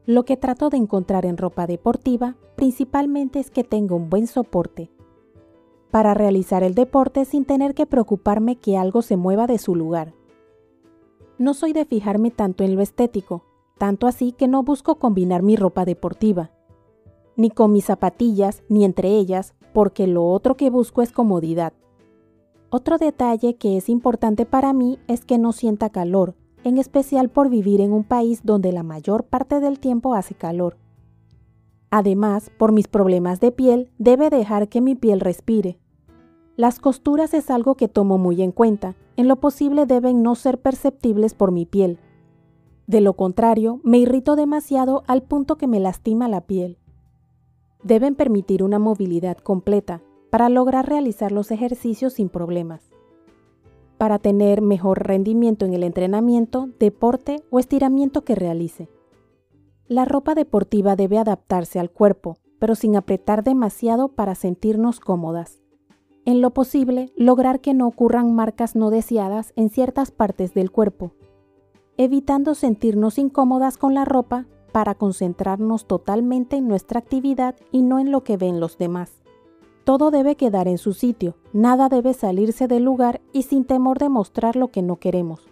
Lo que trato de encontrar en ropa deportiva principalmente es que tenga un buen soporte para realizar el deporte sin tener que preocuparme que algo se mueva de su lugar. No soy de fijarme tanto en lo estético, tanto así que no busco combinar mi ropa deportiva, ni con mis zapatillas, ni entre ellas, porque lo otro que busco es comodidad. Otro detalle que es importante para mí es que no sienta calor, en especial por vivir en un país donde la mayor parte del tiempo hace calor. Además, por mis problemas de piel, debe dejar que mi piel respire. Las costuras es algo que tomo muy en cuenta, en lo posible deben no ser perceptibles por mi piel. De lo contrario, me irrito demasiado al punto que me lastima la piel. Deben permitir una movilidad completa para lograr realizar los ejercicios sin problemas. Para tener mejor rendimiento en el entrenamiento, deporte o estiramiento que realice. La ropa deportiva debe adaptarse al cuerpo, pero sin apretar demasiado para sentirnos cómodas. En lo posible, lograr que no ocurran marcas no deseadas en ciertas partes del cuerpo, evitando sentirnos incómodas con la ropa para concentrarnos totalmente en nuestra actividad y no en lo que ven los demás. Todo debe quedar en su sitio, nada debe salirse del lugar y sin temor de mostrar lo que no queremos.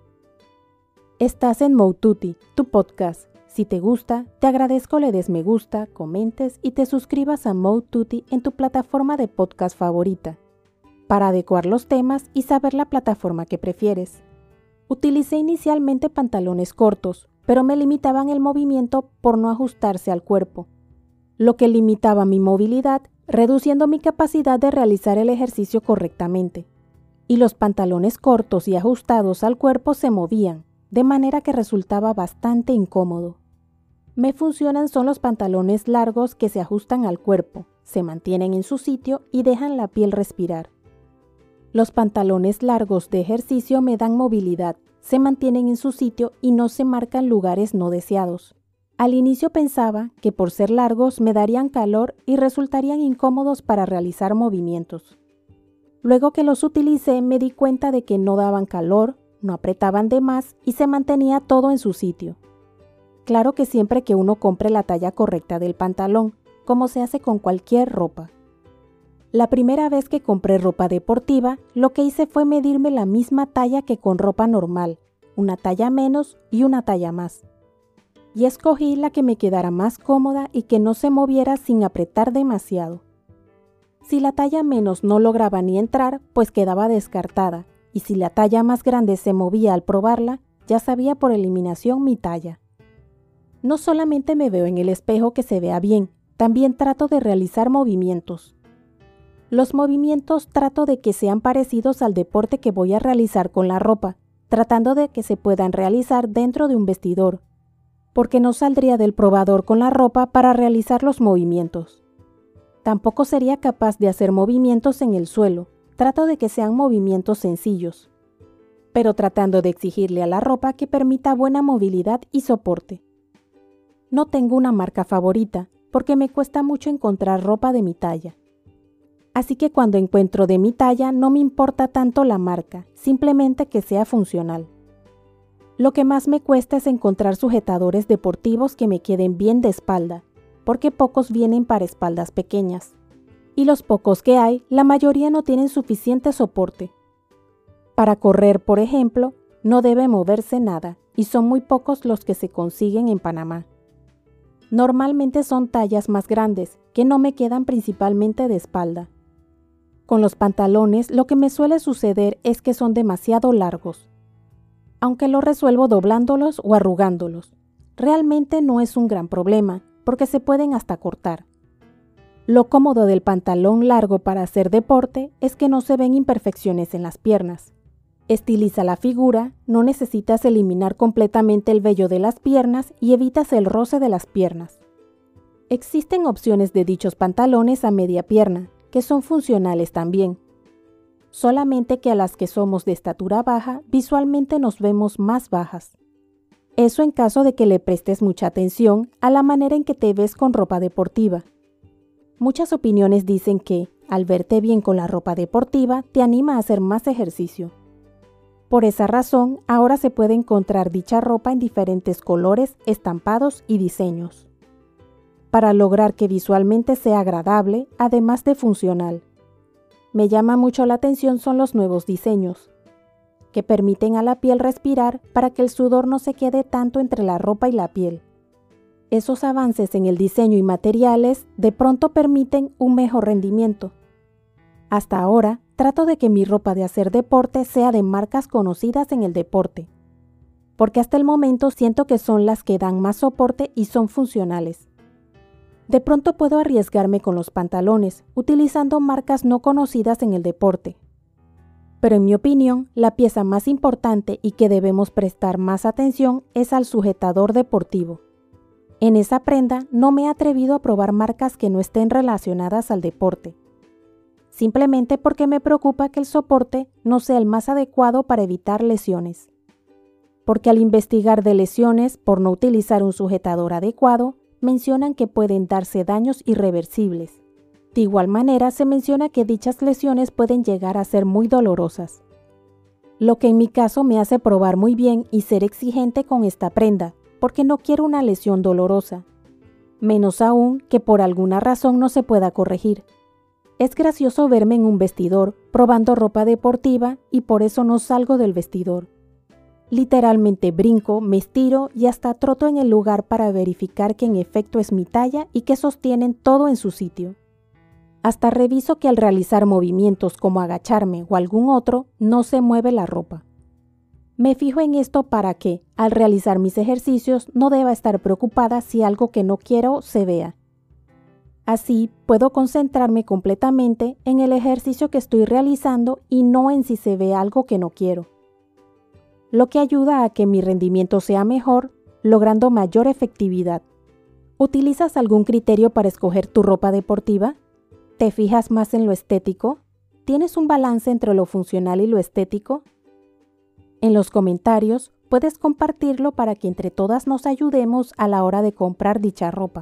Estás en Mode Tutti, tu podcast. Si te gusta, te agradezco le des me gusta, comentes y te suscribas a Mode Tutti en tu plataforma de podcast favorita, para adecuar los temas y saber la plataforma que prefieres. Utilicé inicialmente pantalones cortos, pero me limitaban el movimiento por no ajustarse al cuerpo, lo que limitaba mi movilidad, reduciendo mi capacidad de realizar el ejercicio correctamente. Y los pantalones cortos y ajustados al cuerpo se movían, de manera que resultaba bastante incómodo. Me funcionan son los pantalones largos que se ajustan al cuerpo, se mantienen en su sitio y dejan la piel respirar. Los pantalones largos de ejercicio me dan movilidad, se mantienen en su sitio y no se marcan lugares no deseados. Al inicio pensaba que por ser largos me darían calor y resultarían incómodos para realizar movimientos. Luego que los utilicé me di cuenta de que no daban calor, no apretaban de más y se mantenía todo en su sitio. Claro que siempre que uno compre la talla correcta del pantalón, como se hace con cualquier ropa. La primera vez que compré ropa deportiva, lo que hice fue medirme la misma talla que con ropa normal, una talla menos y una talla más. Y escogí la que me quedara más cómoda y que no se moviera sin apretar demasiado. Si la talla menos no lograba ni entrar, pues quedaba descartada. Y si la talla más grande se movía al probarla, ya sabía por eliminación mi talla. No solamente me veo en el espejo que se vea bien, también trato de realizar movimientos. Los movimientos trato de que sean parecidos al deporte que voy a realizar con la ropa, tratando de que se puedan realizar dentro de un vestidor, porque no saldría del probador con la ropa para realizar los movimientos. Tampoco sería capaz de hacer movimientos en el suelo. Trato de que sean movimientos sencillos, pero tratando de exigirle a la ropa que permita buena movilidad y soporte. No tengo una marca favorita, porque me cuesta mucho encontrar ropa de mi talla. Así que cuando encuentro de mi talla no me importa tanto la marca, simplemente que sea funcional. Lo que más me cuesta es encontrar sujetadores deportivos que me queden bien de espalda, porque pocos vienen para espaldas pequeñas. Y los pocos que hay, la mayoría no tienen suficiente soporte. Para correr, por ejemplo, no debe moverse nada y son muy pocos los que se consiguen en Panamá. Normalmente son tallas más grandes, que no me quedan principalmente de espalda. Con los pantalones, lo que me suele suceder es que son demasiado largos, aunque lo resuelvo doblándolos o arrugándolos. Realmente no es un gran problema, porque se pueden hasta cortar. Lo cómodo del pantalón largo para hacer deporte es que no se ven imperfecciones en las piernas. Estiliza la figura, no necesitas eliminar completamente el vello de las piernas y evitas el roce de las piernas. Existen opciones de dichos pantalones a media pierna, que son funcionales también. Solamente que a las que somos de estatura baja, visualmente nos vemos más bajas. Eso en caso de que le prestes mucha atención a la manera en que te ves con ropa deportiva. Muchas opiniones dicen que, al verte bien con la ropa deportiva, te anima a hacer más ejercicio. Por esa razón, ahora se puede encontrar dicha ropa en diferentes colores, estampados y diseños, para lograr que visualmente sea agradable, además de funcional. Me llama mucho la atención son los nuevos diseños, que permiten a la piel respirar para que el sudor no se quede tanto entre la ropa y la piel. Esos avances en el diseño y materiales de pronto permiten un mejor rendimiento. Hasta ahora, trato de que mi ropa de hacer deporte sea de marcas conocidas en el deporte, porque hasta el momento siento que son las que dan más soporte y son funcionales. De pronto puedo arriesgarme con los pantalones, utilizando marcas no conocidas en el deporte. Pero en mi opinión, la pieza más importante y que debemos prestar más atención es al sujetador deportivo. En esa prenda no me he atrevido a probar marcas que no estén relacionadas al deporte, simplemente porque me preocupa que el soporte no sea el más adecuado para evitar lesiones. Porque al investigar de lesiones por no utilizar un sujetador adecuado, mencionan que pueden darse daños irreversibles. De igual manera, se menciona que dichas lesiones pueden llegar a ser muy dolorosas. Lo que en mi caso me hace probar muy bien y ser exigente con esta prenda, porque no quiero una lesión dolorosa. Menos aún que por alguna razón no se pueda corregir. Es gracioso verme en un vestidor, probando ropa deportiva y por eso no salgo del vestidor. Literalmente brinco, me estiro y hasta troto en el lugar para verificar que en efecto es mi talla y que sostienen todo en su sitio. Hasta reviso que al realizar movimientos como agacharme o algún otro, no se mueve la ropa. Me fijo en esto para que, al realizar mis ejercicios, no deba estar preocupada si algo que no quiero se vea. Así, puedo concentrarme completamente en el ejercicio que estoy realizando y no en si se ve algo que no quiero, lo que ayuda a que mi rendimiento sea mejor, logrando mayor efectividad. ¿Utilizas algún criterio para escoger tu ropa deportiva? ¿Te fijas más en lo estético? ¿Tienes un balance entre lo funcional y lo estético? En los comentarios puedes compartirlo para que entre todas nos ayudemos a la hora de comprar dicha ropa.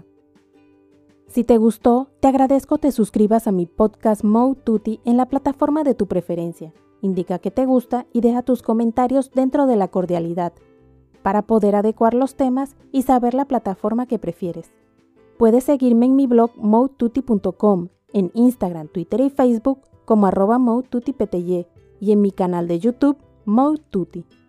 Si te gustó, te agradezco te suscribas a mi podcast Mode Tutti en la plataforma de tu preferencia. Indica que te gusta y deja tus comentarios dentro de la cordialidad, para poder adecuar los temas y saber la plataforma que prefieres. Puedes seguirme en mi blog modetutti.com, en Instagram, Twitter y Facebook como @modetuttipty y en mi canal de YouTube Mode Tutti.